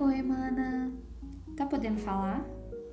Oi, mana. Tá podendo falar?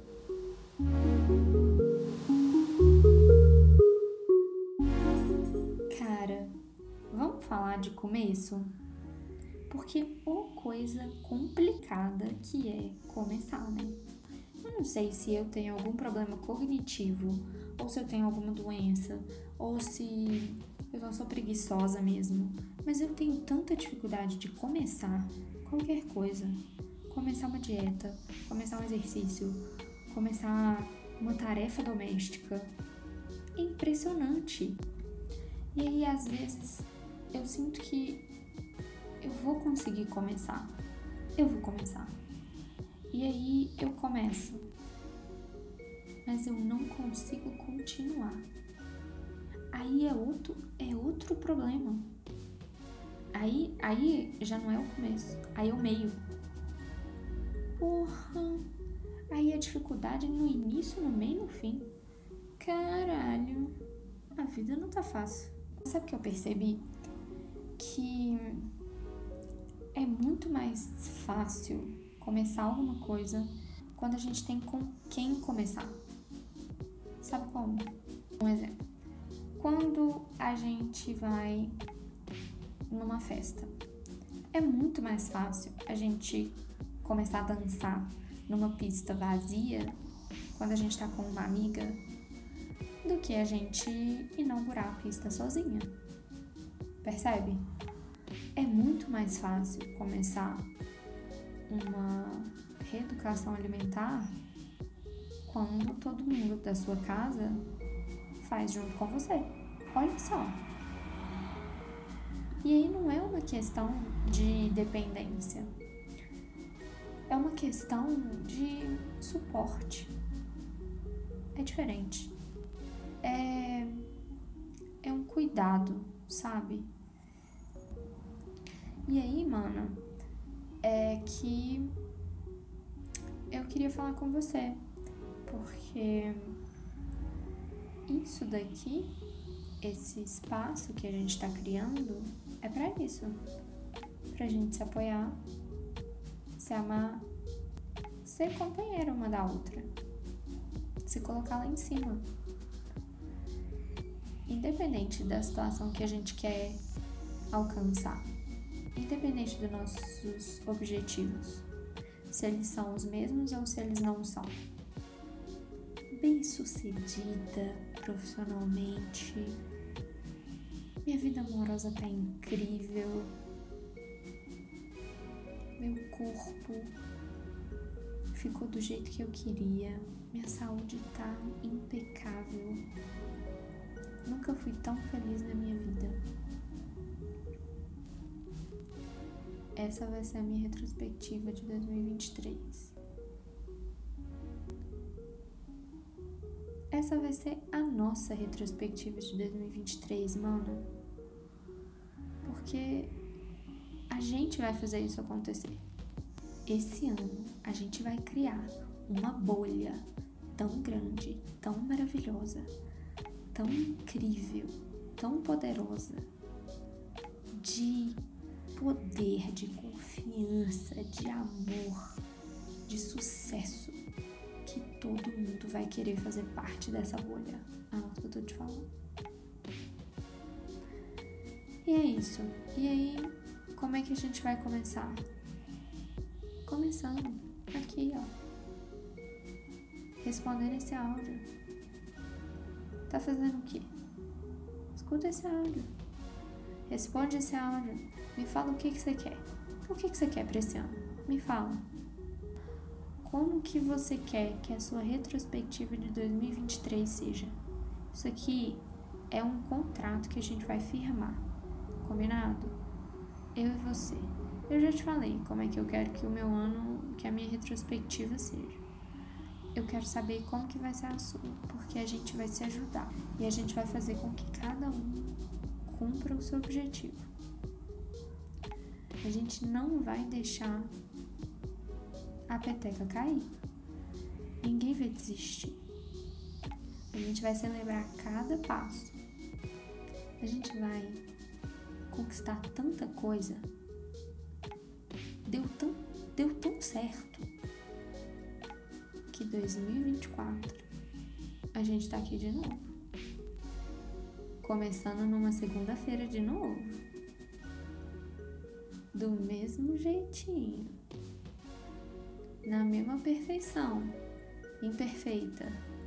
Cara, vamos falar de começo? Porque ô coisa complicada que é começar, né? Eu não sei se eu tenho algum problema cognitivo, ou se eu tenho alguma doença, ou se eu só sou preguiçosa mesmo. Mas eu tenho tanta dificuldade de começar qualquer coisa. Começar uma dieta, começar um exercício, começar uma tarefa doméstica. É impressionante. E aí, às vezes, eu sinto que eu vou conseguir começar. Eu vou começar. E aí, eu começo. Mas eu não consigo continuar. Aí é outro problema. Aí já não é o começo. Aí é o meio. Porra. Aí a dificuldade no início, no meio e no fim. Caralho. A vida não tá fácil. Sabe o que eu percebi? Que é muito mais fácil começar alguma coisa quando a gente tem com quem começar. Sabe como? Um exemplo. Quando a gente vai numa festa, é muito mais fácil a gente começar a dançar numa pista vazia quando a gente tá com uma amiga do que a gente inaugurar a pista sozinha. Percebe? É muito mais fácil começar uma reeducação alimentar quando todo mundo da sua casa faz junto com você. Olha só. E aí não é uma questão de dependência. É uma questão de suporte. É diferente. É um cuidado, sabe? E aí, mano, é que eu queria falar com você, porque isso daqui, esse espaço que a gente tá criando, é pra isso. Pra gente se apoiar, se amar, ser companheira uma da outra, se colocar lá em cima. Independente da situação que a gente quer alcançar, independente dos nossos objetivos, se eles são os mesmos ou se eles não são. Bem-sucedida profissionalmente, minha vida amorosa tá incrível, meu corpo ficou do jeito que eu queria, minha saúde tá impecável, nunca fui tão feliz na minha vida. Essa vai ser a minha retrospectiva de 2023. Essa vai ser a nossa retrospectiva de 2023, mano. Porque a gente vai fazer isso acontecer. Esse ano, a gente vai criar uma bolha tão grande, tão maravilhosa, tão incrível, tão poderosa, de poder, de confiança, de amor, de sucesso, que todo mundo vai querer fazer parte dessa bolha. Anota o que eu tô te falando. E é isso. E aí, como é que a gente vai começar? Começando aqui, ó. Respondendo esse áudio. Tá fazendo o quê? Escuta esse áudio. Responde esse áudio. Me fala o que você quer. O que você quer pra esse ano? Me fala. Como que você quer que a sua retrospectiva de 2023 seja? Isso aqui é um contrato que a gente vai firmar. Combinado? Eu e você. Eu já te falei como é que eu quero que o meu ano, que a minha retrospectiva seja. Eu quero saber como que vai ser a sua, porque a gente vai se ajudar. E a gente vai fazer com que cada um cumpra o seu objetivo. A gente não vai deixar a peteca cair. Ninguém vai desistir. A gente vai celebrar cada passo. A gente vai conquistar tanta coisa. deu tão certo que 2024 a gente tá aqui de novo. Começando numa segunda-feira de novo. Do mesmo jeitinho. Na mesma perfeição. Imperfeita.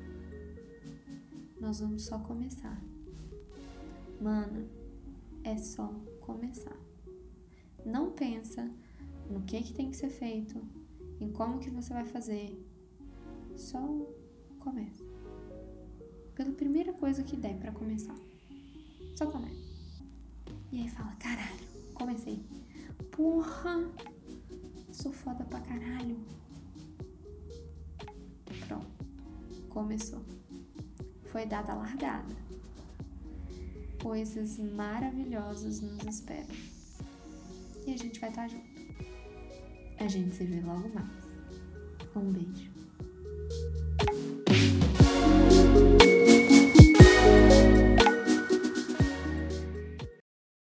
Nós vamos só começar. Mano, é só começar. Não pensa no que tem que ser feito, em como que você vai fazer. Só começa. Pela primeira coisa que der pra começar. Só começa. E aí fala, caralho, comecei. Porra, sou foda pra caralho. Pronto, começou. Foi dada a largada. Coisas maravilhosas nos esperam. E a gente vai estar junto. A gente se vê logo mais. Um beijo.